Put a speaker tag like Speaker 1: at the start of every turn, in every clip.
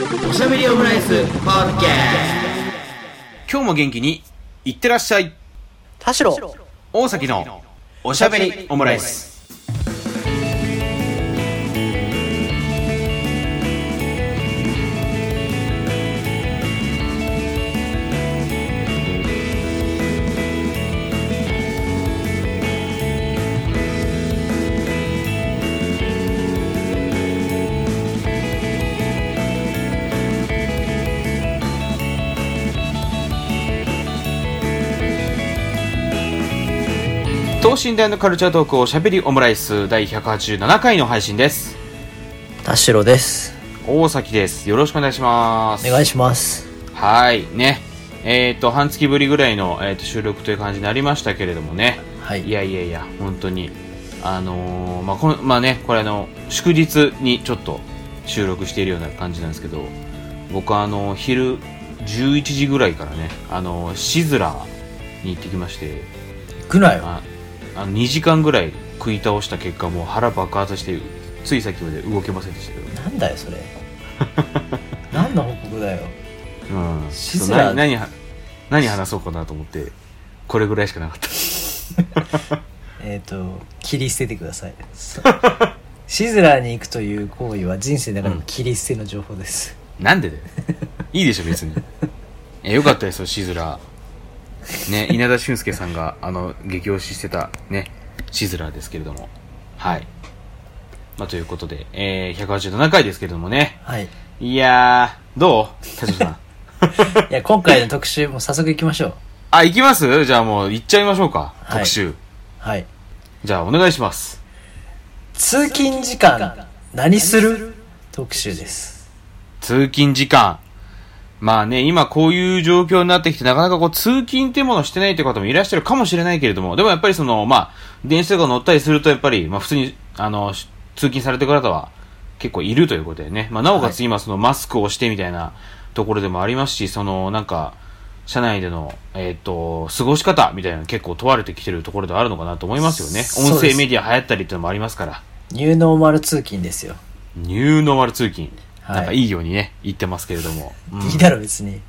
Speaker 1: おしゃべりオムライスポッドキャス
Speaker 2: ト。今日も元気にいってらっしゃい。
Speaker 3: 田代
Speaker 2: 大崎のおしゃべりオムライス。等身大のカルチャートークおしゃべりオムライス第187回の配信です。
Speaker 3: 田代です。
Speaker 2: 大崎です。よろしくお願いします。
Speaker 3: お願いします。
Speaker 2: はいね、半月ぶりぐらいの、収録という感じになりましたけれどもね、
Speaker 3: はい、
Speaker 2: いや本当にこれ祝日にちょっと収録しているような感じなんですけど、僕昼11時ぐらいからねシズラに行ってきまして、
Speaker 3: 行くなよ。
Speaker 2: 2時間ぐらい食い倒した結果、もう腹爆発してつい先まで動けませんでしたけど。
Speaker 3: なんだよそれ何の報告だよ。
Speaker 2: シズラ何話そうかなと思ってこれぐらいしかなかった
Speaker 3: 切り捨ててくださいシズラに行くという行為は人生の中でも切り捨ての情報です、
Speaker 2: なんでだよいいでしょ別によかったですよシズラね、稲田俊介さんが激推ししてたねシズラーですけれども、はい、ということで、187回ですけれどもね、
Speaker 3: はい、
Speaker 2: いやーどう田代さん
Speaker 3: いや今回の特集も早速行きましょう。
Speaker 2: 行きます。じゃあもう行っちゃいましょうか、
Speaker 3: はい、
Speaker 2: 特集。
Speaker 3: はい、
Speaker 2: じゃあお願いします。
Speaker 3: 通勤時間何する特集です。
Speaker 2: 通勤時間、今こういう状況になってきて、なかなか通勤っていうものをしてないという方もいらっしゃるかもしれないけれども、でもやっぱり電車とか乗ったりすると、やっぱり、普通に、通勤されてる方は結構いるということでね。なおかつ今、マスクをしてみたいなところでもありますし、車内での、過ごし方みたいなの結構問われてきてるところではあるのかなと思いますよね。音声メディア流行ったりっていうのもありますから。
Speaker 3: ニューノーマル通勤ですよ。
Speaker 2: ニューノーマル通勤。なんかいいようにね言ってますけれども、
Speaker 3: いいだろ別に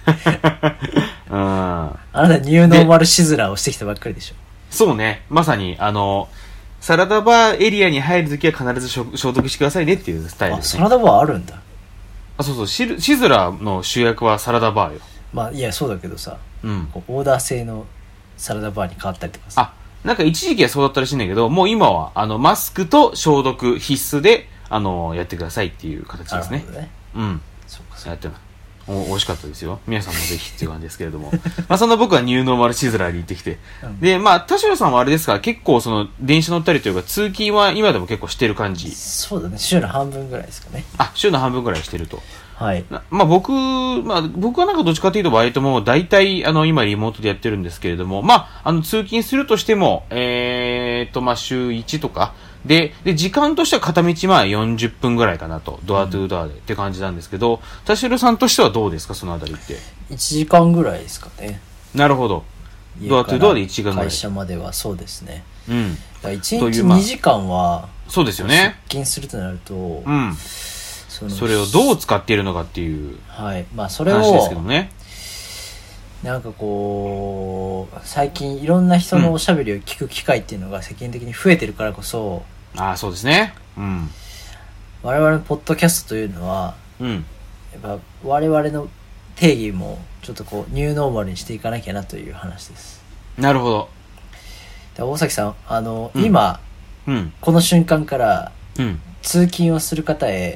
Speaker 2: あ
Speaker 3: なたニューノーマルシズラーをしてきたばっかりでしょ。
Speaker 2: そうね、まさにサラダバーエリアに入るときは必ず消毒してくださいねっていうスタイルです、ね。
Speaker 3: サラダバーあるんだ。
Speaker 2: そうシズラーの主役はサラダバーよ。
Speaker 3: いやそうだけどさ、オーダー製のサラダバーに変わったりとかさ。
Speaker 2: なんか一時期はそうだったらしいんだけど、もう今はマスクと消毒必須でやってくださいっていう形ですね。
Speaker 3: なるほどね。
Speaker 2: そうかやってる。美味しかったですよ。皆さんもぜひっていう感じですけれどもそんな僕はニューノーマルシズラーに行ってきて、で田代さんはあれですか、結構電車乗ったりというか通勤は今でも結構してる感じ。
Speaker 3: そうだね、週の半分ぐらいですかね。
Speaker 2: 週の半分ぐらいしてると。
Speaker 3: はい。
Speaker 2: 僕はなんかどっちかというと割ともう大体今リモートでやってるんですけれども、通勤するとしても週1とかで時間としては片道40分ぐらいかなと、ドアトゥードアでって感じなんですけど、田代さんとしてはどうですか、そのあたりって。
Speaker 3: 1時間ぐらいですかね。
Speaker 2: なるほど。ドアトゥードアで1時間ぐらい。
Speaker 3: 会社まではそうですね。
Speaker 2: だ
Speaker 3: から1日2時間は
Speaker 2: そうですよね。
Speaker 3: 出勤するとなると、
Speaker 2: それをどう使っているのかっていう
Speaker 3: それを
Speaker 2: 話ですけどね。
Speaker 3: なんか最近いろんな人のおしゃべりを聞く機会っていうのが世間的に増えてるからこそ、
Speaker 2: そうですね。
Speaker 3: 我々のポッドキャストというのは、やっぱ我々の定義もちょっとニューノーマルにしていかなきゃなという話です。
Speaker 2: なるほど。
Speaker 3: で大崎さん、今、この瞬間から、通勤をする方へ、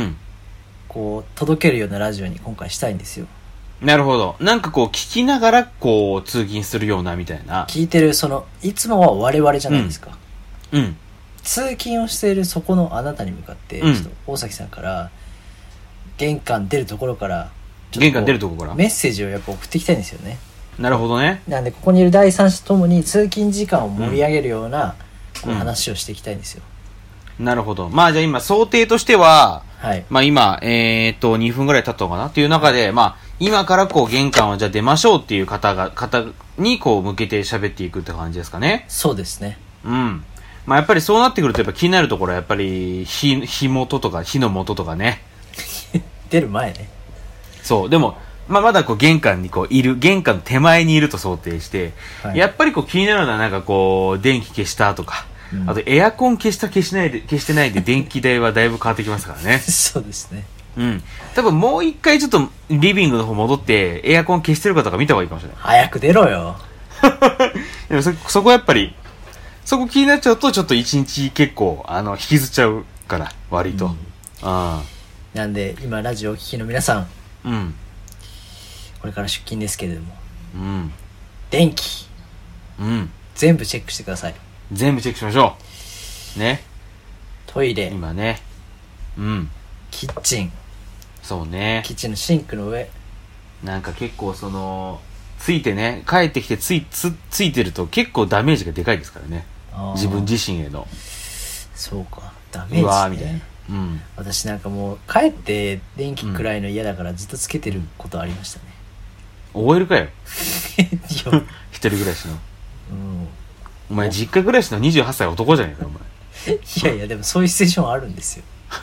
Speaker 3: 届けるようなラジオに今回したいんですよ。
Speaker 2: なるほど。なんか聞きながら通勤するようなみたいな。
Speaker 3: 聞いてるいつもは我々じゃないですか。通勤をしているそこのあなたに向かって、ちょっと大崎さんから玄関出るところからメッセージをやっぱ送っていきたいんですよね。
Speaker 2: なるほどね。
Speaker 3: なんでここにいる第三者ともに通勤時間を盛り上げるような話をしていきたいんですよ。
Speaker 2: なるほど。じゃあ今想定としては、今2分ぐらい経ったのかなっていう中で、今から玄関をじゃあ出ましょうっていう方に向けて喋っていくって感じですかね。
Speaker 3: そうですね。
Speaker 2: やっぱりそうなってくるとやっぱ気になるところはやっぱり火の元とかね
Speaker 3: 出る前ね。
Speaker 2: そう。でも、まだこう玄関にこういる、玄関の手前にいると想定して、はい、やっぱりこう気になるのはなんかこう、電気消したとか、あとエアコン消してないで電気代はだいぶ変わってきますからね。
Speaker 3: そうですね。
Speaker 2: うん。多分もう一回ちょっとリビングの方戻ってエアコン消してるかとか見た方がいいかもしれない。
Speaker 3: 早く出ろよ。
Speaker 2: でもそこやっぱり、そこ気になっちゃうとちょっと一日結構引きずっちゃうから割と。
Speaker 3: なんで今ラジオをお聞きの皆さん、
Speaker 2: うん。
Speaker 3: これから出勤ですけれども、
Speaker 2: うん。
Speaker 3: 電気、
Speaker 2: うん。
Speaker 3: 全部チェックしてください。
Speaker 2: 全部チェックしましょう。ね。
Speaker 3: トイレ。
Speaker 2: 今ね。うん。
Speaker 3: キッチン。
Speaker 2: そうね。
Speaker 3: キッチンのシンクの上。
Speaker 2: なんか結構ついてね、帰ってきてついてると結構ダメージがでかいですからね。自分自身への。
Speaker 3: そうか。ダメージ、ね。
Speaker 2: うわーみたいな。うん。
Speaker 3: 私なんかもう帰って電気暗いの嫌だからずっとつけてることありましたね。
Speaker 2: OL かよ。一人暮らしの。お前実家暮らしの28歳男じゃないかお
Speaker 3: 前。いやでもそういうシチュエーションあるんですよ。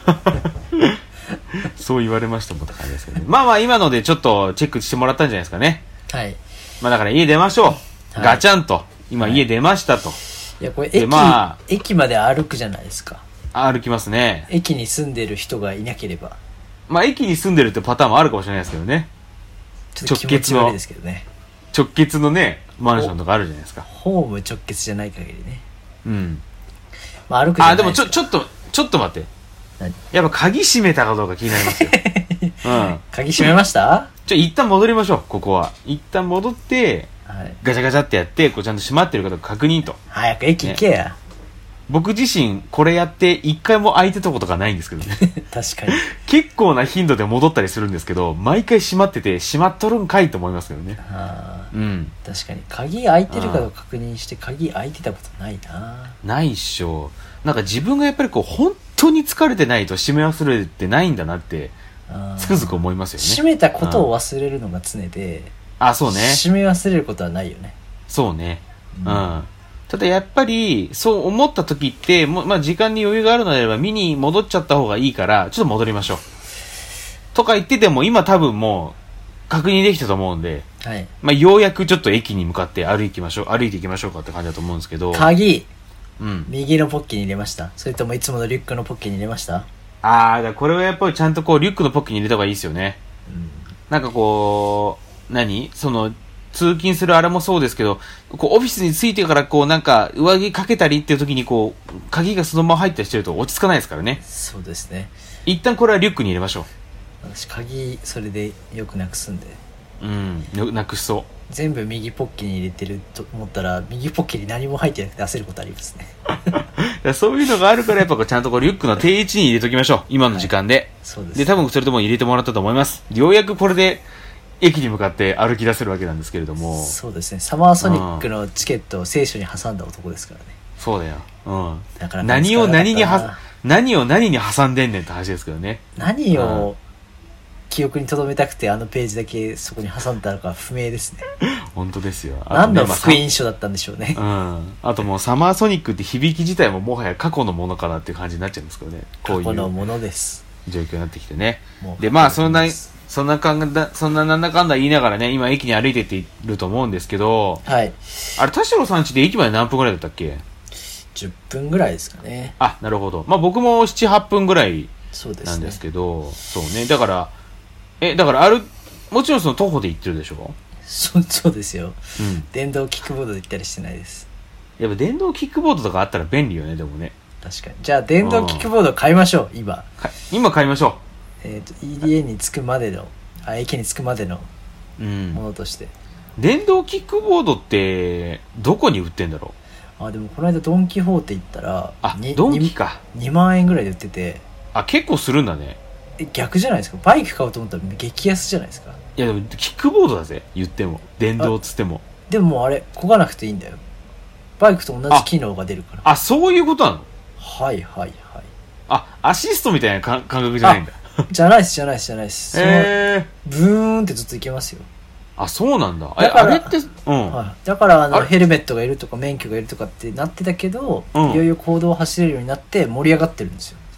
Speaker 2: そう言われましたもんって感じですけど、ね、まあ今のでちょっとチェックしてもらったんじゃないですかね。
Speaker 3: はい。
Speaker 2: まあだから家出ましょう、はい、ガチャンと今家出ましたと、はい、
Speaker 3: いやこれ駅まで歩くじゃないですか。
Speaker 2: 歩きますね。
Speaker 3: 駅に住んでる人がいなければ。
Speaker 2: まあ駅に住んでるってパターンもあるかもしれないですけどね。
Speaker 3: ちょっと気持ち悪いですけどね。
Speaker 2: 直結のねマンションとかあるじゃないですか。
Speaker 3: ホーム直結じゃない限りね。
Speaker 2: うん。
Speaker 3: まあ歩くじゃないですか。
Speaker 2: でもちょっと待って。やっぱ鍵閉めたかどうか気になりますよ。うん。
Speaker 3: 鍵閉めました？
Speaker 2: 一旦戻りましょう。ここは一旦戻って、
Speaker 3: はい、
Speaker 2: ガチャガチャってやってこうちゃんと閉まってるかどうか確認と。
Speaker 3: 早く駅行けや。
Speaker 2: 僕自身これやって一回も空いてたことがないんですけどね。
Speaker 3: 確かに。
Speaker 2: 結構な頻度で戻ったりするんですけど、毎回閉まってて閉まっとるんかいと思いますけどね。うん。
Speaker 3: 確かに鍵開いてるかどうか確認して鍵開いてたことないな。
Speaker 2: ないっしょ。なんか自分がやっぱりこう本当に疲れてないと閉め忘れてないんだなってつくづく思いますよね。
Speaker 3: 閉めたことを忘れるのが常で、
Speaker 2: そうね。
Speaker 3: 閉め忘れることはないよね。
Speaker 2: そうね。うん。ただやっぱりそう思った時ってまあ時間に余裕があるのであれば見に戻っちゃった方がいいからちょっと戻りましょうとか言ってても今多分もう確認できたと思うんで、
Speaker 3: はい。
Speaker 2: まあようやくちょっと駅に向かって歩いていきましょうかって感じだと思うんですけど。
Speaker 3: 鍵、
Speaker 2: うん、
Speaker 3: 右のポッケに入れました？それともいつものリュックのポッケに入れました？
Speaker 2: だからこれはやっぱりちゃんとこうリュックのポッケに入れた方がいいですよね。なんかこう通勤するあれもそうですけど、こうオフィスに着いてからこうなんか上着かけたりっていう時にこう鍵がそのまま入ったりしてると落ち着かないですからね。
Speaker 3: そうですね。
Speaker 2: 一旦これはリュックに入れましょう。
Speaker 3: 私鍵それでよくなくすんで。
Speaker 2: なくしそう。
Speaker 3: 全部右ポッケに入れてると思ったら右ポッケに何も入ってなくて焦ることありますね。
Speaker 2: そういうのがあるからやっぱちゃんとこうリュックの定位置に入れときましょう今の時間で、はい、
Speaker 3: そうです。
Speaker 2: で多分それでも入れてもらったと思います。ようやくこれで駅に向かって歩き出せるわけなんですけれども。
Speaker 3: そうですね。サマーソニックのチケットを聖書に挟んだ男ですからね。
Speaker 2: そうだよ。
Speaker 3: だから
Speaker 2: 何を何に挟んでんねんって話ですけどね。
Speaker 3: 何を記憶に留めたくてあのページだけそこに挟んだのか不明ですね。
Speaker 2: 本当ですよ。
Speaker 3: 何の福音書だったんでしょうね。
Speaker 2: あともうサマーソニックって響き自体ももはや過去のものかなっていう感じになっちゃうんですけどね。こういう
Speaker 3: 過去のものです。
Speaker 2: 状況になってきてね。でまあそんななんだかんだ言いながらね今駅に歩いてっていると思うんですけど、
Speaker 3: はい。
Speaker 2: あれ田代さん家で駅まで何分ぐらいだったっけ
Speaker 3: ？10分ぐらいですかね。
Speaker 2: なるほど。まあ僕も 7,8 分ぐらいなんですけど、そうね。だからもちろんその徒歩で行ってるでしょ？
Speaker 3: そうですよ。電動キックボードで行ったりしてないです。
Speaker 2: やっぱ電動キックボードとかあったら便利よねでもね。
Speaker 3: 確かに。じゃあ電動キックボード買いましょう今。
Speaker 2: 今買いましょう。
Speaker 3: 家に着くまでの駅に着くまでのものとして、
Speaker 2: 電動キックボードってどこに売ってんだろ
Speaker 3: う？でもこの間ドンキホーテ行ったら
Speaker 2: ドンキか
Speaker 3: 2万円ぐらいで売ってて。
Speaker 2: 結構するんだね。
Speaker 3: 逆じゃないですか。バイク買おうと思ったら激安じゃないですか。
Speaker 2: いやでもキックボードだぜ言っても電動つっても。
Speaker 3: でももうあれ漕がなくていいんだよ。バイクと同じ機能が出るから。
Speaker 2: そういうことなの？
Speaker 3: はいはいはい。
Speaker 2: アシストみたいな感覚じゃないんだ。
Speaker 3: じゃないです。ブーンってずっといけますよ。
Speaker 2: そうなんだ。
Speaker 3: だから
Speaker 2: あれって、
Speaker 3: はい、だからヘルメットがいるとか免許がいるとかってなってたけど、いよいよ公道を走れるようになって盛り上がってるんですよ。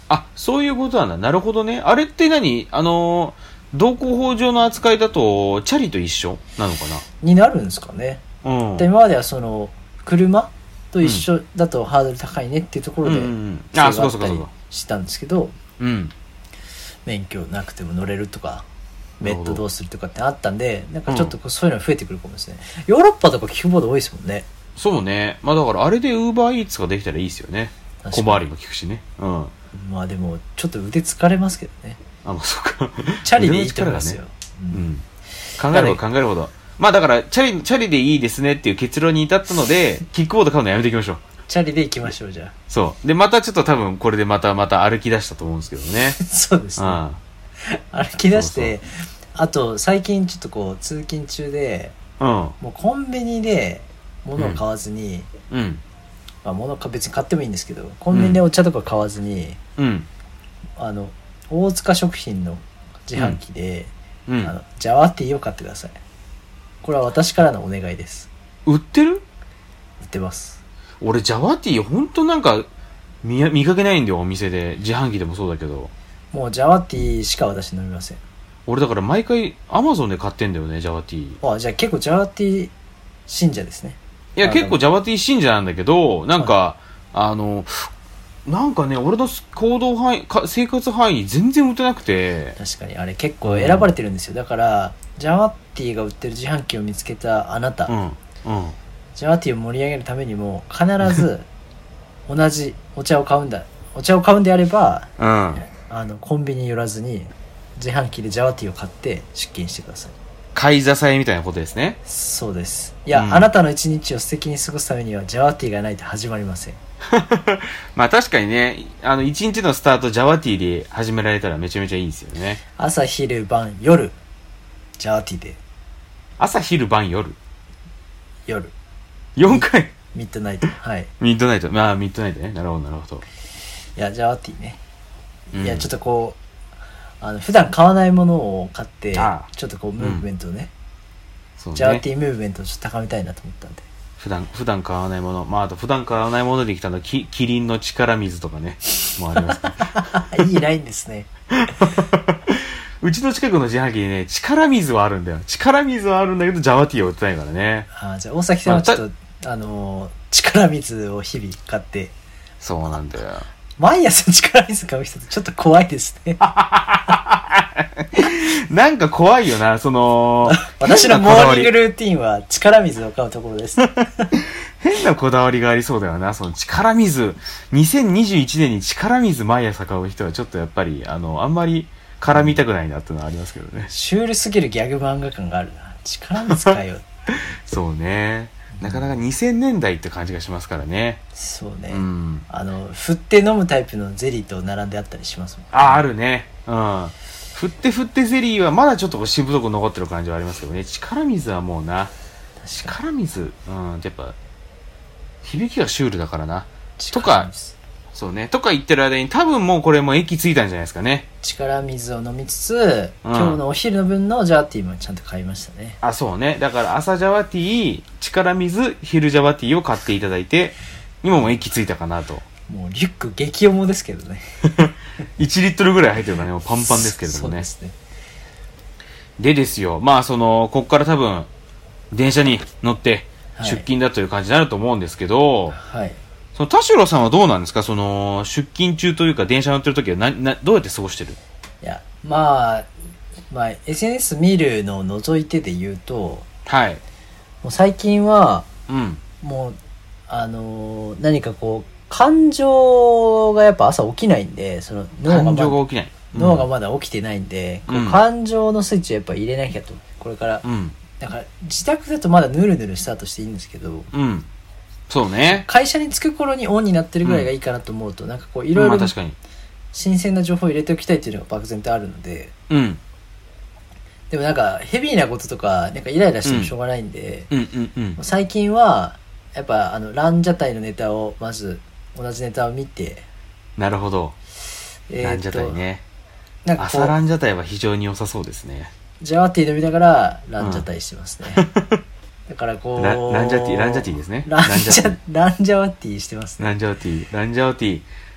Speaker 2: あ、そういうことなんだ。なるほどね。あれって何道交法上の扱いだと、チャリと一緒なのかな
Speaker 3: になるんですかね。
Speaker 2: うん。
Speaker 3: で今まではその、車と一緒だとハードル高いねっていうところで、
Speaker 2: あ、そうかそうかそうか。
Speaker 3: したんですけど、
Speaker 2: うん。
Speaker 3: 免許なくても乗れるとか、ベッドどうするとかってあったんで、なんかちょっとそういうの増えてくるかもですね。ヨーロッパとかキックボード多いですもんね。
Speaker 2: そうね。まあだからあれでウーバーイーツができたらいいですよね。小回りも効くしね。うん。
Speaker 3: まあでも、ちょっと腕疲れますけどね。
Speaker 2: あ、もうそうか。
Speaker 3: チャリでいいと思いますよ。
Speaker 2: ね、うん。考えれば考えるほど。まあだから、チャリでいいですねっていう結論に至ったので、キックボード買うのやめていきましょう。
Speaker 3: チャリで行きましょう、じゃあ。
Speaker 2: そう。で、またちょっと多分これでまた歩き出したと思うんですけどね。
Speaker 3: そうですね。歩き出して、そうそう、あと最近ちょっとこう、通勤中で、もうコンビニで物を買わずに、まあ物か別に買ってもいいんですけど、コンビニでお茶とか買わずに、大塚食品の自販機で、ジャワティーを買ってください。これは私からのお願いです。
Speaker 2: 売ってる？
Speaker 3: 売ってます。
Speaker 2: 俺ジャワティーほんとなんか見かけないんだよ、お店で。自販機でもそうだけど。
Speaker 3: もうジャワティーしか私飲みません。
Speaker 2: 俺だから毎回アマゾンで買ってんだよね、ジャワティー。
Speaker 3: あ、じゃあ結構ジャワティー信者ですね。
Speaker 2: いや、結構ジャワティー信者なんだけど、なんか、なんかね、俺の行動範囲、生活範囲に全然売ってなくて。
Speaker 3: 確かに、あれ結構選ばれてるんですよ。だから、ジャワティーが売ってる自販機を見つけたあなた、ジャワティーを盛り上げるためにも、必ず、同じお茶を買うんであれば、コンビニに寄らずに、自販機でジャワティーを買って出勤してください。
Speaker 2: 買い支えみたいなことですね。
Speaker 3: そうです。いや、あなたの一日を素敵に過ごすためにはジャワティーがないと始まりません。
Speaker 2: まあ確かにね、一日のスタートジャワティーで始められたらめちゃめちゃいいですよね。
Speaker 3: 朝昼晩夜ジャワティーで。
Speaker 2: 朝昼晩夜4回
Speaker 3: ミッドナイト。はい。
Speaker 2: ミッドナイト。まあミッドナイトね。なるほどなるほど。
Speaker 3: いや、ジャワティーね。いや、ちょっとこう、普段買わないものを買って、ちょっとこうムーブメントをね、ジャワティームーブメントをちょっと高めたいなと思ったんで。
Speaker 2: 普段買わないもの、まああと普段買わないものできたのキリンの力水とかね、もうありますね。
Speaker 3: いいラインですね。
Speaker 2: うちの近くの自販機にね、力水はあるんだよ。力水はあるんだけど、ジャワティーは売ってないからね。
Speaker 3: じゃあ大崎さんはちょっと、力水を日々買って。
Speaker 2: そうなんだよ。
Speaker 3: 毎朝力水買う人ってちょっと怖いですね。
Speaker 2: なんか怖いよな、私
Speaker 3: のモーニングルーティンは力水を買うところです。
Speaker 2: 変なこだわりがありそうだよな、その力水。2021年に力水毎朝買う人はちょっとやっぱり、あんまり絡みたくないなっていうのはありますけどね。
Speaker 3: シュールすぎるギャグ漫画感があるな。力水買うよ。
Speaker 2: そうね。なかなか2000年代って感じがしますからね。
Speaker 3: そうね。振って飲むタイプのゼリーと並んであったりしますもんね。
Speaker 2: あるね。振ってゼリーはまだちょっとしぶとく残ってる感じはありますけどね。力水はもうな。力水、やっぱ、響きがシュールだからな。とか、そうね。とか言ってる間に多分もうこれも駅着いたんじゃないですかね。
Speaker 3: 力水を飲みつつ、今日のお昼の分のジャワティーもちゃんと買いましたね。
Speaker 2: あ、そうね。だから朝ジャワティー、力水、昼ジャワティーを買っていただいて、今も駅着いたかなと。
Speaker 3: もうリュック激重ですけどね。
Speaker 2: 1リットルぐらい入ってるからね、もうパンパンですけれどもね。そうですね。でですよ、まあこっから多分、電車に乗って出勤だという感じになると思うんですけど、
Speaker 3: はい。
Speaker 2: その田代さんはどうなんですか？出勤中というか電車乗ってる時はどうやって過ごしてる？
Speaker 3: いや、まあ SNS 見るのを除いてで言うと、
Speaker 2: はい。
Speaker 3: もう最近は、もう何かこう感情がやっぱ朝起きないんで、
Speaker 2: 感情が起きない。
Speaker 3: 脳がまだ起きてないんで、こう感情のスイッチをやっぱ入れなきゃと、これから、だから自宅だとまだヌルヌルスタートしていいんですけど、
Speaker 2: そうね。
Speaker 3: 会社に着く頃にオンになってるぐらいがいいかなと思うと、なんかこういろいろ新鮮な情報を入れておきたいっていうのが漠然とあるので、でもなんかヘビーなこととかなんかイライラしてもしょうがないんで、最近はやっぱランジャタイのネタをまず同じネタを見て、
Speaker 2: なるほど。ランジャタイね。なんか朝ランジャタイは非常に良さそうですね。
Speaker 3: ジャワティー飲みながらランジャタイしてますね。だからこう
Speaker 2: ランジャティーですね。
Speaker 3: ランジャワティーしてますね。
Speaker 2: ランジャワティー。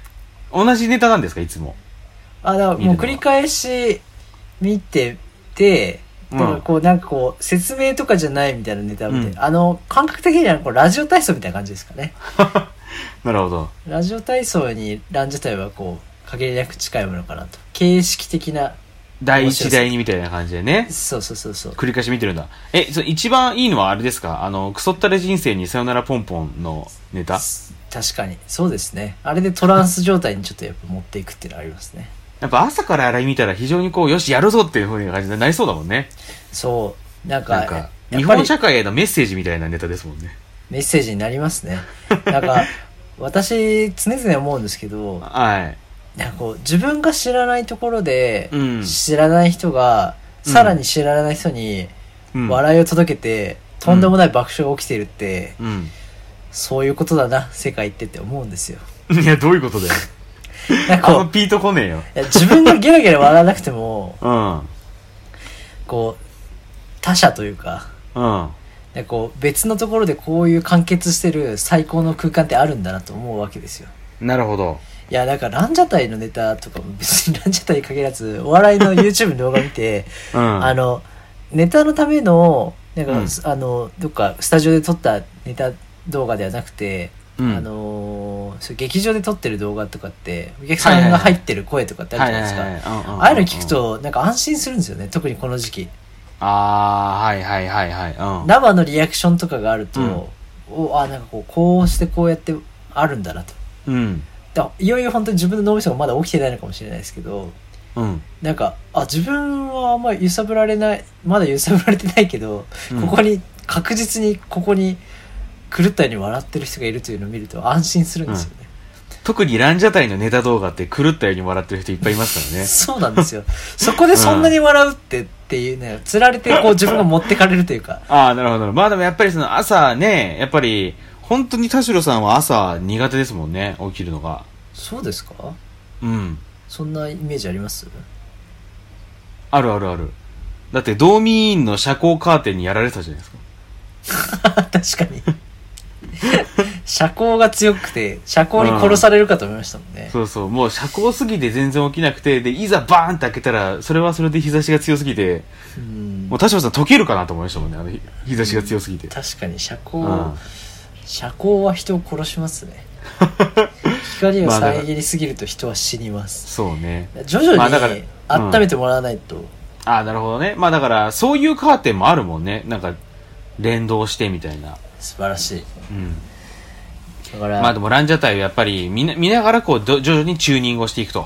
Speaker 2: 同じネタなんですか、いつも。
Speaker 3: だからもう繰り返し見てて、だからこうなんかこう説明とかじゃないみたいなネタを見て、感覚的にはこうラジオ体操みたいな感じですかね。
Speaker 2: なるほど。
Speaker 3: ラジオ体操にラン自体はこう限りなく近いものかなと。形式的な
Speaker 2: 第一第二みたいな感じでね。
Speaker 3: そうそうそうそう。
Speaker 2: 繰り返し見てるんだ。一番いいのはあれですか？クソったれ人生にさよならポンポンのネタ？
Speaker 3: 確かに。そうですね。あれでトランス状態にちょっとやっぱ持っていくっていうのはありますね。
Speaker 2: やっぱ朝からあれ見たら非常にこう、よし、やるぞっていう風な感じになりそうだもんね。
Speaker 3: そう。なんか
Speaker 2: 日本社会へのメッセージみたいなネタですもんね。
Speaker 3: メッセージになりますね。なんか、私、常々思うんですけど、
Speaker 2: はい。
Speaker 3: なんかこう、自分が知らないところで、
Speaker 2: うん、
Speaker 3: 知らない人が、さらに知らない人に、笑いを届けて、とんでもない爆笑が起きているって、そういうことだな、世界って思うんですよ。
Speaker 2: いや、どういうことだよ。なんかピート来ねえよ。
Speaker 3: いや、自分がゲラゲラ笑わなくても、こう、他者というか、こう別のところでこういう完結してる最高の空間ってあるんだなと思うわけですよ。
Speaker 2: なるほど。
Speaker 3: いや、だからランジャタイのネタとかも別にランジャタイに限らず、お笑いの YouTube の動画見て、ネタのための、なんか、どっかスタジオで撮ったネタ動画ではなくて、そう劇場で撮ってる動画とかってお客さんが入ってる声とかってあるじゃないですか。ああいうの聞くとなんか安心するんですよね、特にこの時期。
Speaker 2: はいはいはいはい。
Speaker 3: 生のリアクションとかがあると、なんかこうしてこうやってあるんだなと。いよいよ本当に自分の脳みそがまだ起きてないのかもしれないですけど、なんか自分はあんまりまだ揺さぶられてないけど、ここに確実にここに狂ったように笑ってる人がいるというのを見ると安心するんですよね。
Speaker 2: 特にランジャタイのネタ動画って狂ったように笑ってる人いっぱいいますからね。
Speaker 3: そうなんですよ。そこでそんなに笑うっていうね、釣られてこう自分が持ってかれるというか。
Speaker 2: なるほど。まあでもやっぱりその朝ね、やっぱり本当に田代さんは朝苦手ですもんね、起きるのが。
Speaker 3: そうですか？そんなイメージあります？
Speaker 2: ある。だってドーミーンの遮光カーテンにやられたじゃないですか。
Speaker 3: 確かに。遮光が強くて遮光に殺されるかと思いましたもんね。
Speaker 2: そう、もう遮光すぎて全然起きなくて、でいざバーンって開けたらそれはそれで日差しが強すぎて、もう田代さん溶けるかなと思いましたもんね、日差しが強すぎて。
Speaker 3: 確かに遮光は人を殺しますね。光を遮りすぎると人は死にます。
Speaker 2: そうね。
Speaker 3: 徐々に温めてもらわないと。
Speaker 2: なるほどね。だからそういうカーテンもあるもんね。なんか連動してみたいな。
Speaker 3: 素晴らしい。だから
Speaker 2: でもランジャタイはやっぱり見ながらこう徐々にチューニングをしていくと。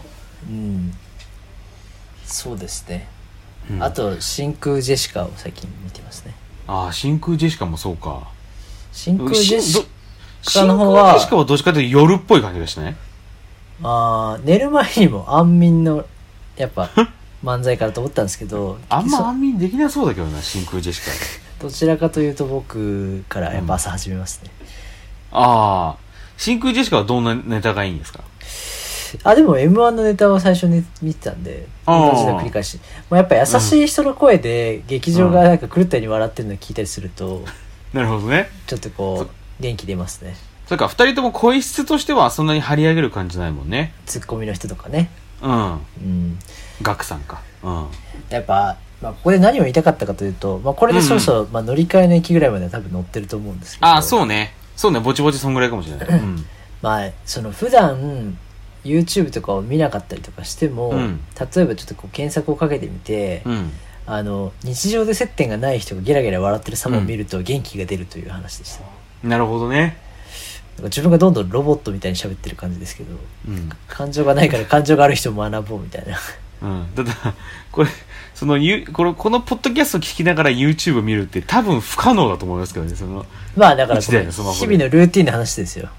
Speaker 3: そうですね。あと真空ジェシカを最近見てますね。
Speaker 2: 真空ジェシカもそうか。
Speaker 3: 真空ジェシカの方は
Speaker 2: 真空ジェシカはどっちかというと夜っぽい感じがしたね。
Speaker 3: 寝る前にも安眠のやっぱ漫才からと思ったんですけど、
Speaker 2: あんま安眠できなそうだけどな、真空ジェシカ。
Speaker 3: どちらかというと僕からやっぱ朝始めますね。
Speaker 2: 真空ジェシカはどんなネタがいいんですか？
Speaker 3: でも M1 のネタを最初に見てたんで、同じの繰り返し。やっぱ優しい人の声で劇場がなんか狂ったように笑ってるのを聞いたりすると、
Speaker 2: なるほどね。
Speaker 3: ちょっとこう元気出ますね。
Speaker 2: それから2人とも声質としてはそんなに張り上げる感じないもんね。
Speaker 3: ツッコミの人とかね。
Speaker 2: ガクさんか。
Speaker 3: やっぱここで何を言いたかったかというと、これでそろそろ乗り換えの駅ぐらいまでは多分乗ってると思うんですけど。
Speaker 2: そうね、ぼちぼちそんぐらいかもしれない。
Speaker 3: その普段 YouTube とかを見なかったりとかしても、例えばちょっとこう検索をかけてみて、日常で接点がない人がゲラゲラ笑ってる様を見ると元気が出るという話でした。
Speaker 2: なるほどね。
Speaker 3: 自分がどんどんロボットみたいに喋ってる感じですけど、感情がないから感情がある人も学ぼうみたいな。
Speaker 2: ただこれこのポッドキャスト聞きながら YouTube 見るって多分不可能だと思いますけどね。
Speaker 3: だから日々のルーティンの話ですよ。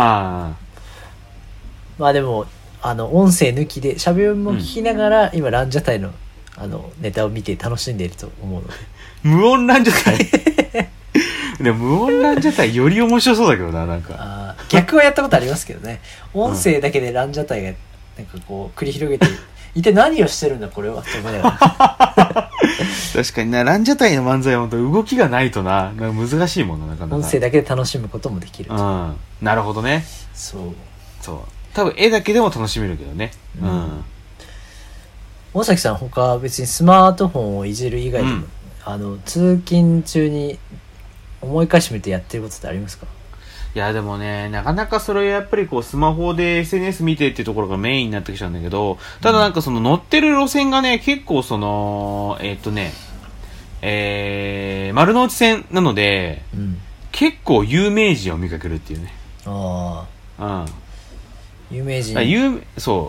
Speaker 3: でも音声抜きで喋りも聞きながら、今ランジャタイのネタを見て楽しんでいると思うので。
Speaker 2: 無音ランジャタイでも無音ランジャタイより面白そうだけどな。なんか
Speaker 3: 逆はやったことありますけどね。音声だけでランジャタイがなんかこう繰り広げて一体何をしてるんだこれはと思いながら。
Speaker 2: 確かにな、ランジャタイの漫才は本当動きがないとなんか難しいもんな、なかなか。
Speaker 3: 音声だけで楽しむこともできると。
Speaker 2: なるほどね。
Speaker 3: そう
Speaker 2: 多分絵だけでも楽しめるけどね。うん。
Speaker 3: 大崎さん他別にスマートフォンをいじる以外でも、通勤中に思い返してみてやってることってありますか？
Speaker 2: いやでもね、なかなかそれやっぱりこうスマホで SNS 見てっていうところがメインになってきちゃうんだけど、ただなんかその乗ってる路線がね、結構その、丸ノ内線なので、結構有名人を見かけるっていうね。
Speaker 3: ああ。有名人。
Speaker 2: そう。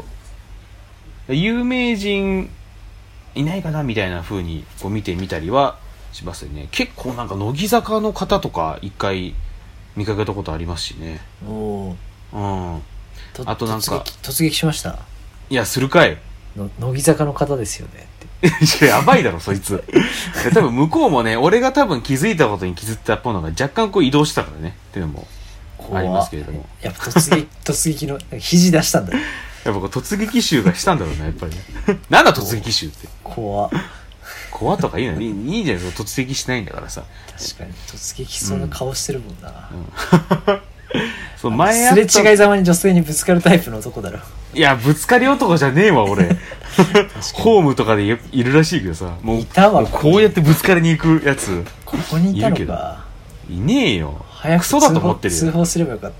Speaker 2: 有名人いないかなみたいな風にこう見てみたりはしますよね。結構なんか乃木坂の方とか一回見かけたことありますしね。
Speaker 3: おー。
Speaker 2: あとなんか
Speaker 3: 突撃しました。
Speaker 2: いや、するかい。
Speaker 3: 乃木坂の方ですよね
Speaker 2: って。やばいだろそいつ。多分向こうもね、俺が多分気づいたことに気づったものが若干こう移動したからねっていうのもありますけれども。
Speaker 3: やっぱ突撃の肘出したんだよ。
Speaker 2: やっぱこう突撃集がしたんだろうね、やっぱりね。なんだ突撃集って。
Speaker 3: 怖
Speaker 2: とかいいのにいいじゃん、突撃しないんだからさ。
Speaker 3: 確かに突撃しそうな顔してるもんな。
Speaker 2: そう、
Speaker 3: すれ違いざまに女性にぶつかるタイプの男だろ。
Speaker 2: いや、ぶつかり男じゃねえわ俺。ホームとかでいるらしいけどさ、もう
Speaker 3: いたわ。
Speaker 2: こうやってぶつかりに行くやつ
Speaker 3: ここにいたのか。
Speaker 2: いねえよ。
Speaker 3: 早く
Speaker 2: クソだと思ってるよ。
Speaker 3: 通報すればよかった。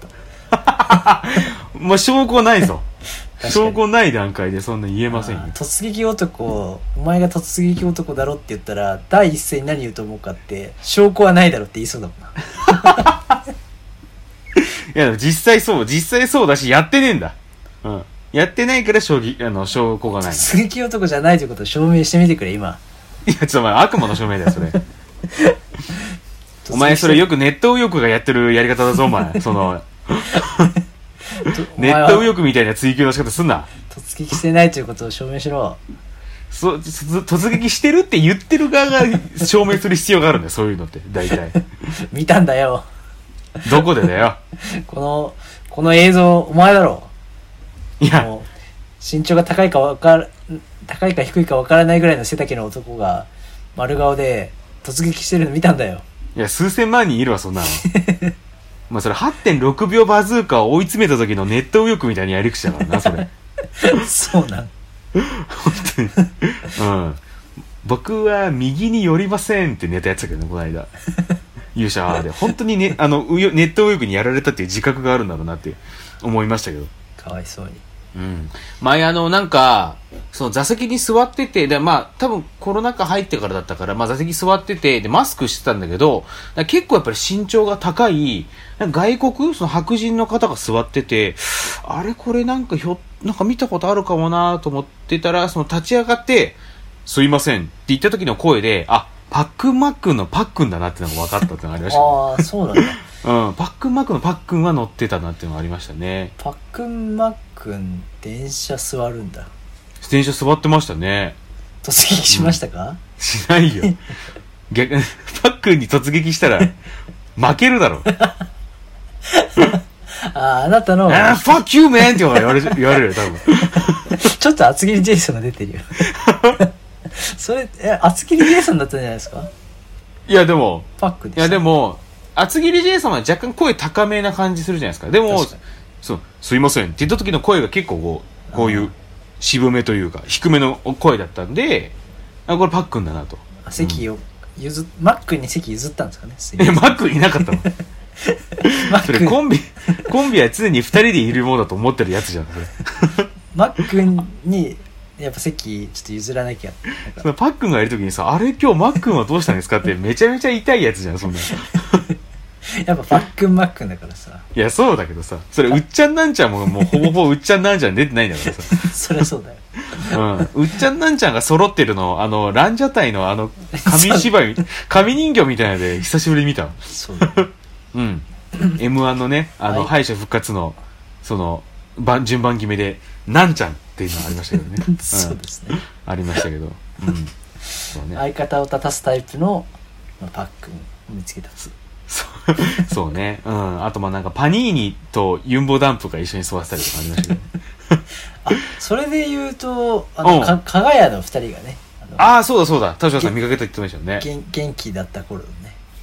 Speaker 2: まあ証拠ないぞ。証拠ない段階でそんな言えませんよ。
Speaker 3: 突撃男、お前が突撃男だろって言ったら第一声に何言うと思うかって、証拠はないだろって言いそうだもんな。
Speaker 2: いや実際そうだし、やってねえんだ。うん、やってないから証拠がない。
Speaker 3: 突撃男じゃないということを証明してみてくれ今。
Speaker 2: いやちょっとお前悪魔の証明だよそれ。お前それよくネット右翼がやってるやり方だぞお前。そのネット右翼みたいな追求の仕方すんな。
Speaker 3: 突撃してないということを証明しろ。
Speaker 2: 突撃してるって言ってる側が証明する必要があるんだよそういうのって大体。
Speaker 3: 見たんだよ。
Speaker 2: どこでだよ。
Speaker 3: この映像お前だろ。
Speaker 2: いや、
Speaker 3: 身長が高いか低いか分からないぐらいの背丈の男が丸顔で突撃してるの見たんだよ。
Speaker 2: いや数千万人いるわそんなの。まあそれ 8.6 秒バズーカを追い詰めた時のネット右翼みたいなやり口だからなそれ。
Speaker 3: そうなん。
Speaker 2: 本当に。うん。僕は右に寄りませんってネタやってたけどねこの間。勇者で本当にねネット右翼にやられたっていう自覚があるんだろうなって思いましたけど。
Speaker 3: かわいそうに。
Speaker 2: うん。前なんかその座席に座っててでまあ多分コロナ禍入ってからだったからまあ座席座っててでマスクしてたんだけど結構やっぱり身長が高い外国その白人の方が座っててあれこれなんか見たことあるかもなと思ってたらその立ち上がってすいませんって言った時の声でパックンマックンのパックンだなってのが分かったってのがありましたね。
Speaker 3: ああそうなんだ。
Speaker 2: うん、パックンマックンのパックンは乗ってたなっていうのがありましたね。
Speaker 3: パックンマックン電車座るんだ。
Speaker 2: 電車座ってましたね。
Speaker 3: 突撃しましたか？
Speaker 2: しないよ。逆にパックンに突撃したら負けるだろ。
Speaker 3: あなたの
Speaker 2: fuck you man って言われるよ多分。
Speaker 3: ちょっと厚切りジェイソンが出てるよ。それ厚切りジェイソンだったんじゃないですか？
Speaker 2: いやでも
Speaker 3: パックでした。
Speaker 2: いやでも厚切りジェイソンは若干声高めな感じするじゃないですか。でもすいませんって言った時の声が結構こういう渋めというか低めの声だったんでこれパックンだなと。
Speaker 3: 席をマックに席譲ったんですかね。
Speaker 2: マックいなかったの。それコンビは常に2人でいるものだと思ってるやつじゃんそれ。
Speaker 3: マックにやっぱ席ちょっと譲らなきゃ。
Speaker 2: そのパックンがいる時にさあれ今日マックンはどうしたんですかってめちゃめちゃ痛いやつじゃんそんな。
Speaker 3: やっぱパックンマックンだからさ。
Speaker 2: いやそうだけどさそれうっちゃんなんちゃんもほぼほぼうっちゃんなんちゃん出てないんだからさ。
Speaker 3: そりゃそうだよ。
Speaker 2: うっちゃんなんちゃんが揃ってるのランジャタイの紙芝居紙人形みたいなので久しぶりに見た。
Speaker 3: そうだよ。
Speaker 2: うん。M1 のね敗者復活のその順番決めでなんちゃんっていうのがありましたけどね。
Speaker 3: そうですね。
Speaker 2: ありましたけど。そうね。
Speaker 3: 相方を立たすタイプのパックンを見つけた。
Speaker 2: そうね。あとなんかパニーニとユンボダンプが一緒に座ってたりとかありましたけど。
Speaker 3: それで言うと加賀屋の2人がね。
Speaker 2: そうだ田代さん見かけたって言ってましたよね。
Speaker 3: 元気だった頃のね。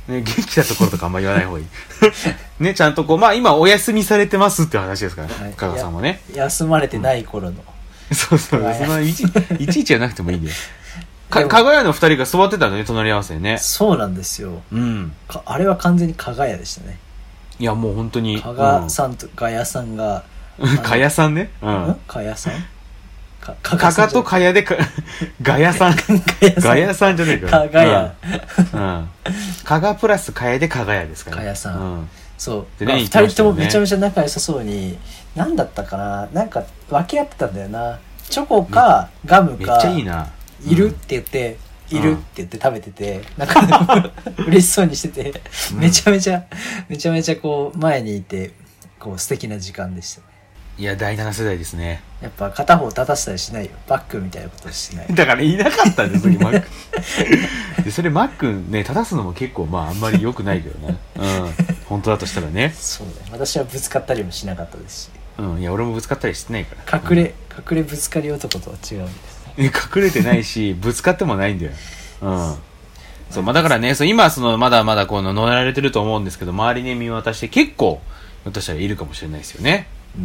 Speaker 2: ね、元気なところとかあんま言わない方がいいね、ちゃんとこう、まあ今お休みされてますっていう話ですから、はい、香川さんもね
Speaker 3: 休まれてない頃の、
Speaker 2: そうそう、そのいちいちじゃなくてもいいんだよかがやの二人が座ってたのね、隣り合わせね。
Speaker 3: そうなんですよ、うん、あれは完全にかがやでしたね。
Speaker 2: いやもう本当に
Speaker 3: かがさんとがやさんが
Speaker 2: かやさんね、うん、
Speaker 3: かやさん
Speaker 2: かかとかやでかがやさんがやさんじゃねえか、
Speaker 3: かがや、
Speaker 2: うん、かがプラスかやでかがやですから、
Speaker 3: かやさん、うん、そうで、
Speaker 2: ね、
Speaker 3: 2人ともめちゃめちゃ仲良さそうに、何だったかな、なんか分け合ってたんだよな。チョコかガムか
Speaker 2: めっちゃいいな、
Speaker 3: いるって言って、いるって言って食べてて、なんか嬉しそうにしてて、めちゃめちゃこう前にいて、こう素敵な時間でした。
Speaker 2: いや第7世代ですね。
Speaker 3: やっぱ片方立たせたりしないよ、バックみたいなことしない。
Speaker 2: だからいなかったんですよマックでそれマックね立たすのも結構まああんまり良くないけどね、うん、本当だとしたらね。
Speaker 3: そうね、私はぶつかったりもしなかったですし、
Speaker 2: うん、いや俺もぶつかったりしてないから、
Speaker 3: 隠れぶつかり男とは違うんです。
Speaker 2: 隠れてないしぶつかってもないんだよ、うん、そうまあだからね、そう今そのまだまだこの乗られてると思うんですけど、周りに見渡して結構ひょっとしたらいるかもしれないですよね。
Speaker 3: うん、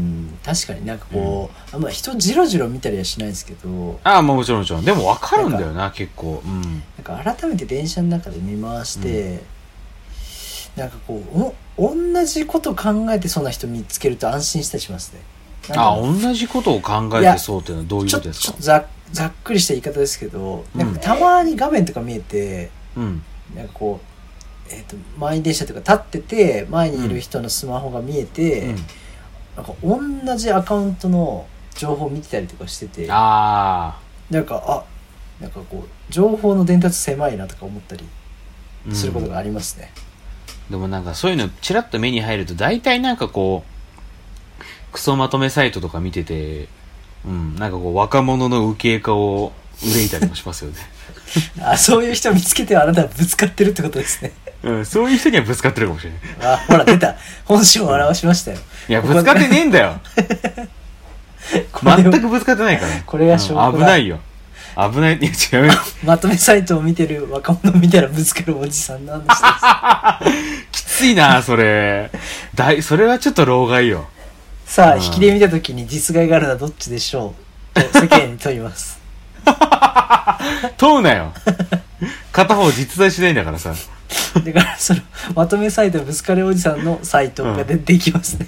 Speaker 3: 確かになんかこう、あんま人じろじろ見たりはしないですけど、
Speaker 2: ああもちろんでも分かるんだよな結構、うん、
Speaker 3: なんか改めて電車の中で見回して、なんかこう同じこと考えてそうな人見つけると安心したりしますね。
Speaker 2: あ、同じことを考えてそうっていうのはどういうことですか？
Speaker 3: ちょっとざっくりした言い方ですけど、なんかたまに画面とか見えて、うん、なんかこう、満員電車とか立ってて前にいる人のスマホが見えて、うん、なんか同じアカウントの情報を見てたりとかしてて、なんかこう情報の伝達狭いなとか思ったりすることがありますね、
Speaker 2: うん、でもなんかそういうのチラッと目に入ると大体なんかこうクソまとめサイトとか見てて、うん、なんかこう若者の右傾化を憂いたりもしますよね
Speaker 3: あ、そういう人見つけてはあなたはぶつかってるってことですね
Speaker 2: うん、そういう人にはぶつかってるかもしれない。
Speaker 3: あ、ほら出た、本性を表しましたよ、
Speaker 2: いやぶつかってねえんだよ全くぶつかってないから、
Speaker 3: これが証拠だ、
Speaker 2: 危ないよ、危ない。いや違うよ
Speaker 3: まとめサイトを見てる若者を見たらぶつかるおじさんなんです
Speaker 2: きついなそれそれはちょっと老害よ。
Speaker 3: さあ、引きで見たときに実害があるのはどっちでしょうと世間に問います
Speaker 2: 問うなよ片方実在しないんだからさ
Speaker 3: だからそのまとめサイトぶつかるおじさんのサイトが出てきますね、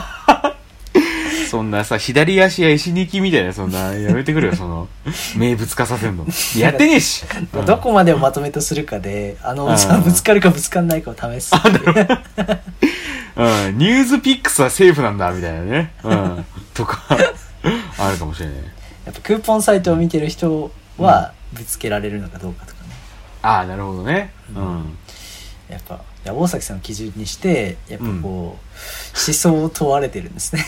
Speaker 2: そんなさ左足や石にきみたいなそんなやめてくれよその名物化させんのやってねえし、
Speaker 3: うん、どこまでをまとめとするかであのおじさんぶつかるかぶつかんないかを試す
Speaker 2: うん、ニュースピックスはセーフなんだみたいなね、うん、とかあるかもしれない。
Speaker 3: やっぱクーポンサイトを見てる人はぶつけられるのかどうかとかね、
Speaker 2: ああなるほどね、うん、
Speaker 3: やっぱ大崎さんを基準にしてやっぱこう、思想を問われてるんですね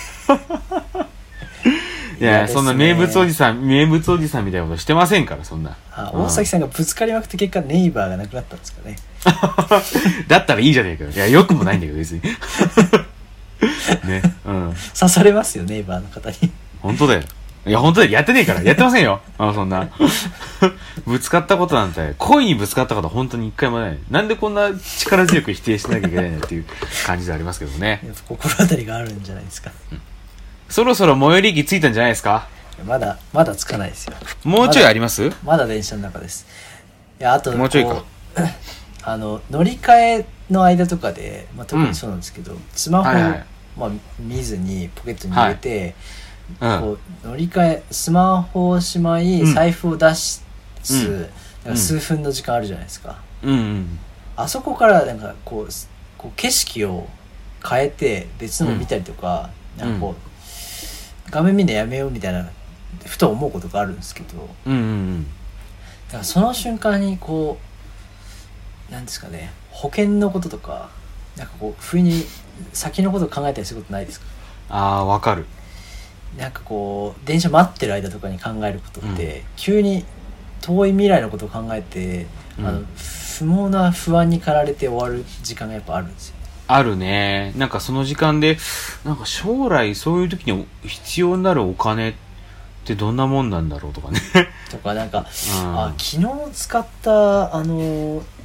Speaker 2: いやそんな名物おじさんみたいなことしてませんからそんな。
Speaker 3: 大崎さんがぶつかりまくって結果ネイバーがなくなったんですかね
Speaker 2: だったらいいじゃねえかよ。いやよくもないんだけど別にね、うん、
Speaker 3: 刺されますよネイバーの方に。
Speaker 2: 本当だよ。いや本当だよ、やってねえからやってませんよそんなぶつかったことなんて恋にぶつかったことは本当に一回もない。なんでこんな力強く否定しなきゃいけないのっていう感じでありますけどね。
Speaker 3: やっぱ心当たりがあるんじゃないですか、うん、
Speaker 2: そろそろ最寄り駅着いたんじゃないですか。
Speaker 3: まだ着かないですよ。
Speaker 2: もうちょいあります。ま
Speaker 3: だ電車の中です。いやあと
Speaker 2: もうちょいか
Speaker 3: 乗り換えの間とかで、まあ、特にそうなんですけど、スマホを、まあ、見ずにポケットに入れて、こう乗り換えスマホをしまい、財布を出す、なんか数分の時間あるじゃないですか、あそこからなんかこう景色を変えて別のを見たりとか、なんかこう画面見るのやめようみたいなふと思うことがあるんですけど、だからその瞬間にこうなんですかね、保険のこととかなんかこう不意に先のことを考えたりすることないですか。
Speaker 2: あーわかる。
Speaker 3: なんかこう電車待ってる間とかに考えることって、急に遠い未来のことを考えて、不毛な不安に駆られて終わる時間がやっぱあるんですよ。あ
Speaker 2: るね。なんかその時間でなんか将来そういう時に必要になるお金ってどんなもんなんだろうとかね
Speaker 3: とかなんか、昨日使った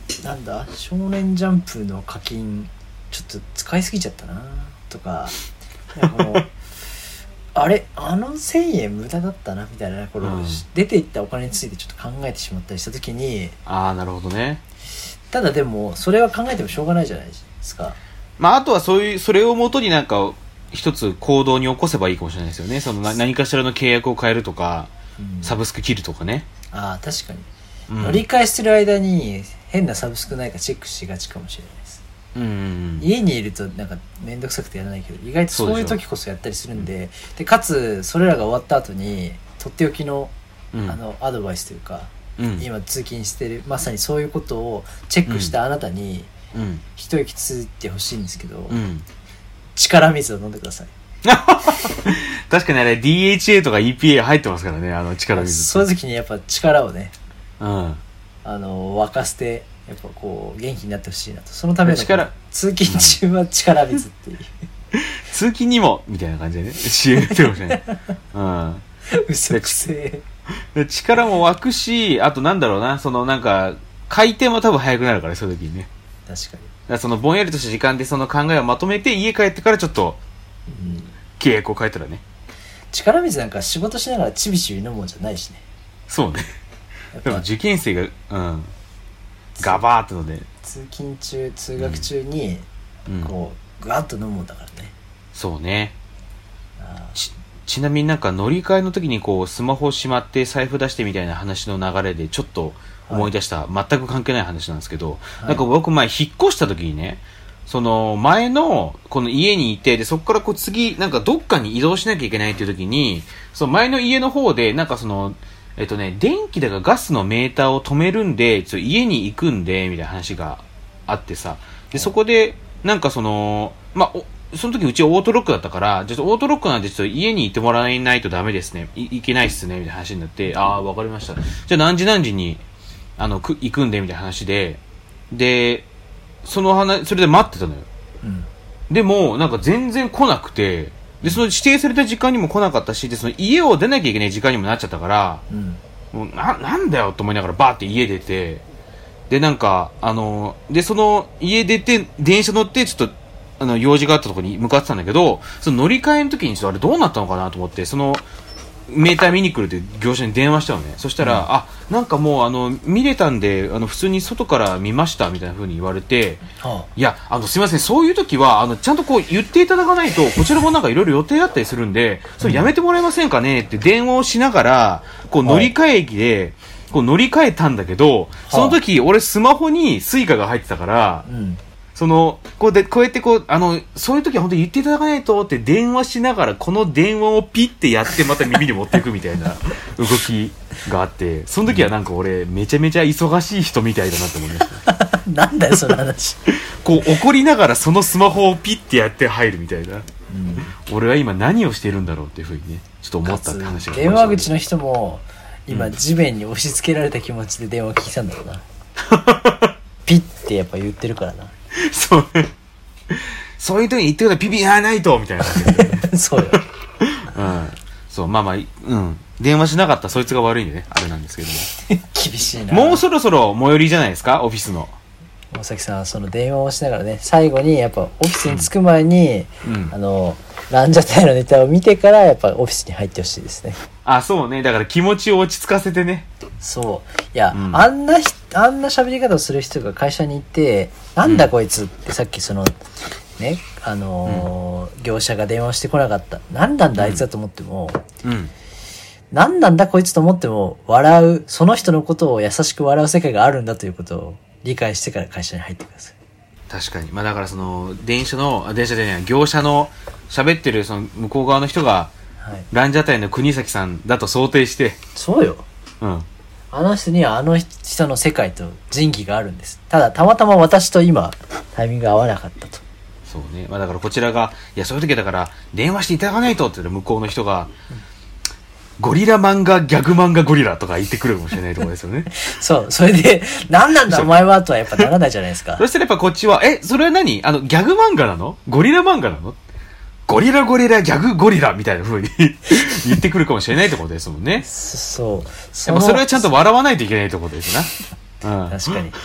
Speaker 3: なんだ少年ジャンプの課金ちょっと使いすぎちゃったなとか、このあれ1000円無駄だったなみたいなこの、出ていったお金についてちょっと考えてしまったりした時に、
Speaker 2: ああなるほどね。
Speaker 3: ただでもそれは考えてもしょうがないじゃないですか。
Speaker 2: まああとはそれをもとになんか一つ行動に起こせばいいかもしれないですよね。その何かしらの契約を変えるとか、サブスク切るとかね。
Speaker 3: ああ確かに、乗り換えしてる間に変なサブスクないかチェックしがちかもしれないです。家にいるとなんかめんどくさくてやらないけど、意外とそういう時こそやったりするんで、でかつそれらが終わった後にとっておきの、アドバイスというか、今通勤してるまさにそういうことをチェックしたあなたに、一息ついてほしいんですけど、力水を飲んでください。
Speaker 2: 確かにあれ DHA とか EPA 入ってますからね、力水。
Speaker 3: そういう時にやっぱ力をね、沸かせてやっぱこう元気になってほしいなと。そのための通勤中は力水っていう、
Speaker 2: 通勤にもみたいな感じでね CM やってるかもしれない。
Speaker 3: 嘘くせ
Speaker 2: え。力も湧くし、あとなんだろうな、そのなんか回転も多分速くなるから、そういう時にね。
Speaker 3: 確かに。
Speaker 2: だからそのぼんやりとした時間でその考えをまとめて家帰ってからちょっと契約を変えたらね。
Speaker 3: 力水なんか仕事しながらちびちび飲むもんじゃないしね。
Speaker 2: そうね。でも受験生がガバーってので
Speaker 3: 通勤中通学中にこうグワッと飲むもんだからね。
Speaker 2: そうね。ちなみになんか乗り換えの時にこうスマホをしまって財布出してみたいな話の流れでちょっと思い出した、全く関係ない話なんですけど、なんか僕前引っ越した時にね、その前のこの家にいて、でそこからこう次なんかどっかに移動しなきゃいけないっていう時に、その前の家の方でなんかその電気だかガスのメーターを止めるんで家に行くんでみたいな話があってさ、でそこでなんかそのその時うちオートロックだったから、ちょっとオートロックなんでちょっと家に行ってもらえないとダメですね、いけないっすねみたいな話になって、ああわかりました、じゃあ何時に行くんでみたいな話で、それで待ってたのよ、でもなんか全然来なくて、でその指定された時間にも来なかったし、でその家を出なきゃいけない時間にもなっちゃったから、もうなんだよと思いながらバーって家出て、でなんかでその家出て電車乗ってちょっと用事があったところに向かってたんだけど、その乗り換えの時にちょっとあれどうなったのかなと思って、そのメーター見に来るって業者に電話したのね。そしたら、なんかもう見れたんで普通に外から見ましたみたいな風に言われて、いやすいません、そういう時はちゃんとこう言っていただかないと、こちらもなんかいろいろ予定あったりするんで、それやめてもらえませんかねって電話をしながらこう乗り換え駅でこう乗り換えたんだけど、その時俺スマホにスイカが入ってたから、こうやってそういう時は本当に言っていただかないとって電話しながら、この電話をピッてやってまた耳に持っていくみたいな動きがあって、その時はなんか俺めちゃめちゃ忙しい人みたいだなって思いました
Speaker 3: なんだよその話
Speaker 2: こう怒りながらそのスマホをピッてやって入るみたいな、俺は今何をしてるんだろうっていうふうにね、ちょっと思ったって話がありました、ね。
Speaker 3: 電話口の人も今地面に押し付けられた気持ちで電話聞いたんだろうなピッてやっぱ言ってるからな
Speaker 2: そうね。そういう時に言ってください、ピピやらないとみたいな
Speaker 3: そうよ。
Speaker 2: そう、電話しなかったそいつが悪いんでね、あれなんですけども。
Speaker 3: 厳しいな。
Speaker 2: もうそろそろ最寄りじゃないですか、オフィスの。
Speaker 3: 大崎さん、その電話をしながらね、最後にやっぱオフィスに着く前に、ランジャタイのネタを見てからやっぱオフィスに入ってほしいですね。
Speaker 2: そうね。だから気持ちを落ち着かせてね。
Speaker 3: そう。いや、あんな喋り方をする人が会社に行って、なんだこいつってさっきその、ね、業者が電話してこなかった。なんなんだあいつだと思っても、なんなんだこいつと思っても、その人のことを優しく笑う世界があるんだということを理解してから会社に入ってください。
Speaker 2: 確かに。だからその、業者の喋ってるその向こう側の人が、ランジャタイの国崎さんだと想定して。
Speaker 3: そうよ。あの人にはあの人の世界と人気があるんです。ただたまたま私と今タイミングが合わなかったと。
Speaker 2: そうね。だからこちらが、いやそういう時だから電話していただかないとって言ったら向こうの人が、ゴリラ漫画ギャグ漫画ゴリラとか言ってくるかもしれないところですよね。
Speaker 3: そう。それで何なんだお前はとはやっぱならないじゃないですか。
Speaker 2: そしたらやっぱこっちはそれは何ギャグ漫画なの？ゴリラ漫画なの？ゴリラギャグゴリラみたいな風に言ってくるかもしれないってことですもんね。
Speaker 3: そう。
Speaker 2: やっぱそれはちゃんと笑わないといけないってことですな。
Speaker 3: 確かに。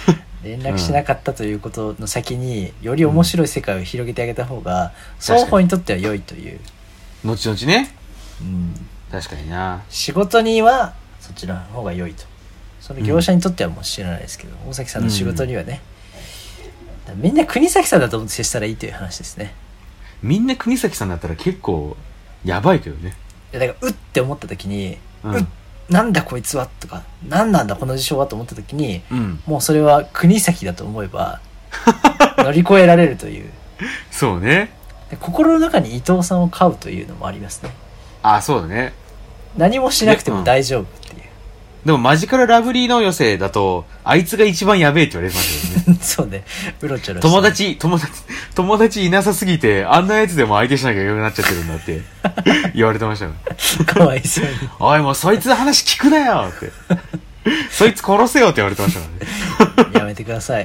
Speaker 3: 連絡しなかったということの先により面白い世界を広げてあげた方が、双方にとっては良いという。
Speaker 2: 後々ね。
Speaker 3: うん。
Speaker 2: 確かにな。
Speaker 3: 仕事にはそっちの方が良いと。その業者にとってはもう知らないですけど、大崎さんの仕事にはね、みんな国崎さんだと思って接したらいいという話ですね。
Speaker 2: みんな国崎さんだったら結構やばいけどね。
Speaker 3: いやだからうって思った時に、なんだこいつはとか、なんなんだこの事象はと思った時に、もうそれは国崎だと思えば乗り越えられるという。
Speaker 2: そうね。
Speaker 3: 心の中に伊藤さんを飼うというのもありますね。
Speaker 2: あ、そうだね。
Speaker 3: 何もしなくても大丈夫っていう。
Speaker 2: でもマジカルラブリーの寄せだとあいつが一番やべえって言われてましたよね。
Speaker 3: そうね。うろちょろ
Speaker 2: して友達いなさすぎてあんなやつでも相手しなきゃいけなくなっちゃってるんだって言われてましたよ。
Speaker 3: かわいそうに。
Speaker 2: おいもうそいつの話聞くなよって。そいつ殺せよって言われてましたからね。
Speaker 3: やめてください。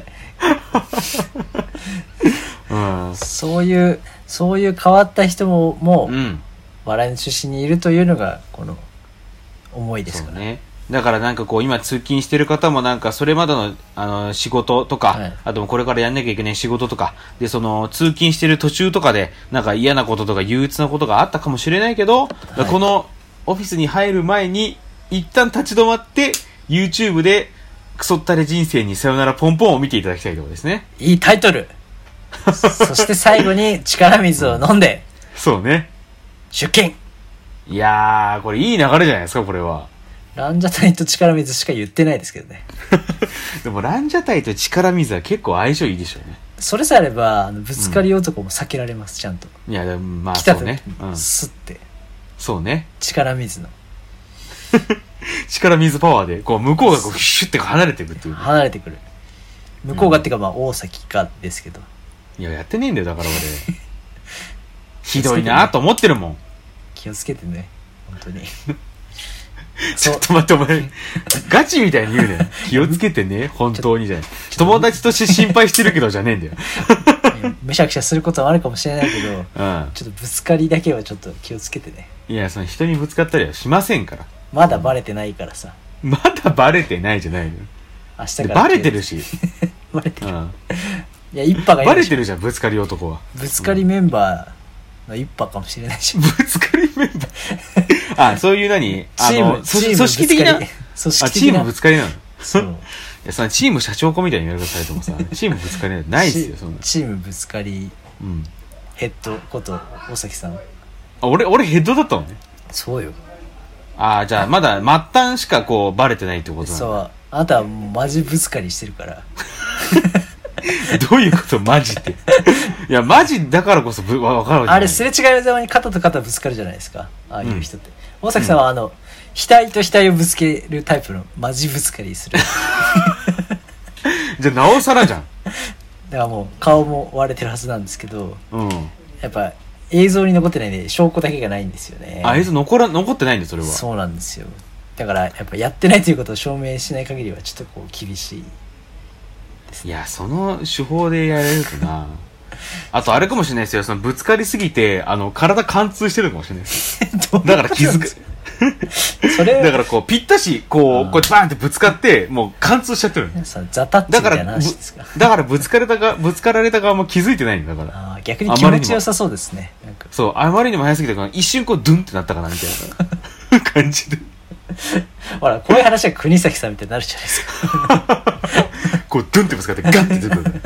Speaker 2: うん、
Speaker 3: そういう変わった人も、笑いの中心にいるというのがこの思いですからね。
Speaker 2: だからなんかこう今通勤してる方もなんかそれまでの仕事とか、はい、あとこれからやんなきゃいけない仕事とかで、その通勤してる途中とかでなんか嫌なこととか憂鬱なことがあったかもしれないけど、はい、このオフィスに入る前に一旦立ち止まって YouTube でクソったれ人生にさよならポンポンを見ていただきたいところですね。
Speaker 3: いいタイトル。そして最後に力水を飲んで、
Speaker 2: そうね、
Speaker 3: 出勤。
Speaker 2: いやーこれいい流れじゃないですか。これは
Speaker 3: ランジャタイと力水しか言ってないですけどね。
Speaker 2: でもランジャタイと力水は結構相性いいでしょうね。
Speaker 3: それさえあればぶつかり男も避けられます、ちゃんと。
Speaker 2: いやでもまあ
Speaker 3: 来た時
Speaker 2: そうね、
Speaker 3: スッて
Speaker 2: そうね、
Speaker 3: 力水の
Speaker 2: 力水パワーでこう向こうがこうシュッて離れていくっていう、
Speaker 3: 離れてくる。向こうがっていうかまあ大崎かですけど、
Speaker 2: いややってねえんだよだから俺ひどいなと思ってるもん。
Speaker 3: 気をつけてね本当に。
Speaker 2: ちょっと待ってお前ガチみたいに言うね。気をつけてね本当にじゃない。友達として心配してるけどじゃねえんだよ。
Speaker 3: むしゃくしゃすることはあるかもしれないけど、ちょっとぶつかりだけはちょっと気をつけてね。
Speaker 2: いやその人にぶつかったりはしませんから。
Speaker 3: まだバレてないからさ。
Speaker 2: まだバレてないじゃないのよ。
Speaker 3: 明日から
Speaker 2: バレてるし。
Speaker 3: バレてる。いや一派がいる。
Speaker 2: バレてるじゃんぶつかり男は。
Speaker 3: ぶつかりメンバーの一派かもしれないし。
Speaker 2: ぶつかりメンバー。あ、そういう何？組織的な。組織的な。チームぶつかりなの。そう。いやそのチーム社長子みたいに言われ方されてもさ、チームぶつかりないですよそんな。
Speaker 3: チームぶつかり。ヘッドこと大崎さん。あ、
Speaker 2: 俺ヘッドだったのね。
Speaker 3: そうよ。
Speaker 2: あ、じゃあまだ末端しかこうバレてないってことなんだ。
Speaker 3: そう。あなたはマジぶつかりしてるから。
Speaker 2: どういうことマジって。いやマジだからこそ分かるわけじゃない。
Speaker 3: あれすれ違いざまに肩と肩ぶつかるじゃないですか、ああいう人って。大崎さんは額と額をぶつけるタイプのマジぶつかりする。
Speaker 2: じゃあなおさらじゃん。
Speaker 3: だからもう顔も割れてるはずなんですけど、やっぱ映像に残ってないんで証拠だけがないんですよね。
Speaker 2: あ、映像残ってないんだそれは。
Speaker 3: そうなんですよ。だからやっぱやってないということを証明しない限りはちょっとこう厳しいですね。
Speaker 2: いやその手法でやれるとな。あとあれかもしれないですよ、そのぶつかりすぎて体貫通してるかもしれないです。だから気づく。それだからこうぴったしこうバーンってぶつかってもう貫通しちゃってる。
Speaker 3: ザタッチみたいな話ですか。
Speaker 2: だからぶつかられた側も気づいてないんだから。
Speaker 3: 逆に気持ちよさそうですね。なんか
Speaker 2: そう、あまりにも早すぎたから一瞬こうドゥンってなったかなみたいな感じで。
Speaker 3: ほらこういう話は国崎さんみたいになるじゃないですか。
Speaker 2: こうドゥンってぶつかってガッて出てくる。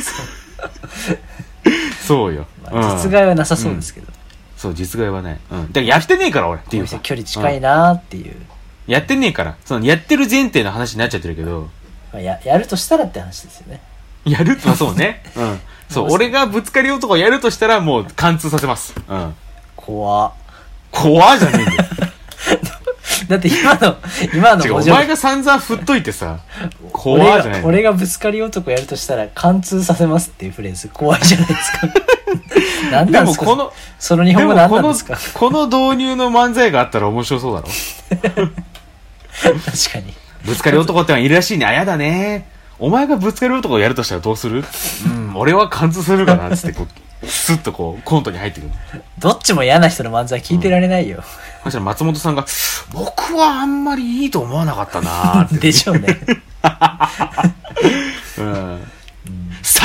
Speaker 2: そうよ、
Speaker 3: 実害はなさそうですけど、
Speaker 2: そう実害はない、だからやってねえから俺っていうか
Speaker 3: 距離近いなっていう、
Speaker 2: やってねえからそのやってる前提の話になっちゃってるけど、
Speaker 3: やるとしたらって話ですよね。
Speaker 2: やるとそうね、そう俺がぶつかり男をやるとしたらもう貫通させます。怖じゃねえんだよ。
Speaker 3: だって今の
Speaker 2: 違う、お前が散々振っといてさ、怖いじゃない。
Speaker 3: 俺がぶつかり男やるとしたら貫通させますっていうフレーズ怖いじゃないですか。何なんですか。でもその日本語何なんですか。
Speaker 2: この導入の漫才があったら面白そうだろ。
Speaker 3: 確かに。
Speaker 2: ぶつかり男ってのはいるらしいね。あ、やだね。お前がぶつかり男をやるとしたらどうする？俺は貫通するかなっつってこうスッとこうコントに入ってくる。
Speaker 3: どっちも嫌な人の漫才聞いてられないよ。
Speaker 2: そしたら松本さんが僕はあんまりいいと思わなかったなーって。
Speaker 3: でしょうね。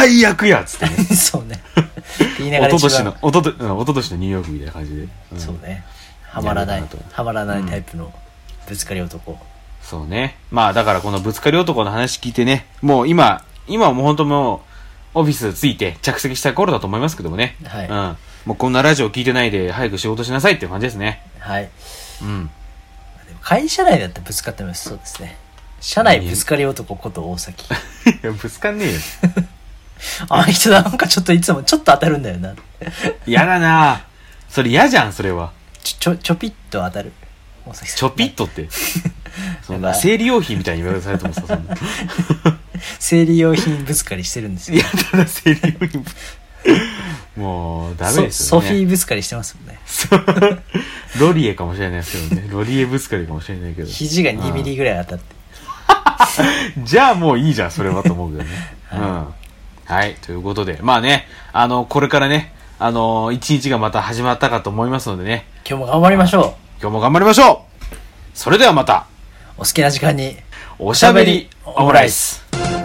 Speaker 2: 最悪やっつってね。
Speaker 3: そうね。って言いながら
Speaker 2: おととしのニューヨークみたいな感じで。
Speaker 3: そうね。はまらないタイプのぶつかり男。
Speaker 2: そうね。まあだからこのぶつかり男の話聞いてね、もう今はもう本当もう、オフィス着いて着席した頃だと思いますけどもね。
Speaker 3: はい。
Speaker 2: もうこんなラジオ聞いてないで早く仕事しなさいっていう感じですね。
Speaker 3: はい。でも会社内だってぶつかってます。そうですね。社内ぶつかり男こと大崎。い
Speaker 2: や、ぶつかんねえよ。
Speaker 3: あの人なんかちょっといつもちょっと当たるんだよな。
Speaker 2: 嫌だなそれ嫌じゃん、それは。
Speaker 3: ちょぴっと当たる。大崎さん。
Speaker 2: ちょぴっとって。そんな生理用品みたいに言われされてもさ、そんな。
Speaker 3: 生理用品ぶつかりしてるんですよ。
Speaker 2: いや、ただ生理用品もう、ダメですよね。
Speaker 3: ソフィーぶつかりしてますもんね。
Speaker 2: ロリエかもしれないですけどね。ロリエぶつかりかもしれないけど。
Speaker 3: 肘が2ミリぐらい当たって。
Speaker 2: じゃあもういいじゃん、それはと思うけどね。はい、ということで。まあね、これからね、一日がまた始まったかと思いますのでね。
Speaker 3: 今日も頑張りましょう。
Speaker 2: 今日も頑張りましょう。それではまた。
Speaker 3: お好きな時間に。
Speaker 2: おしゃべりオムライス。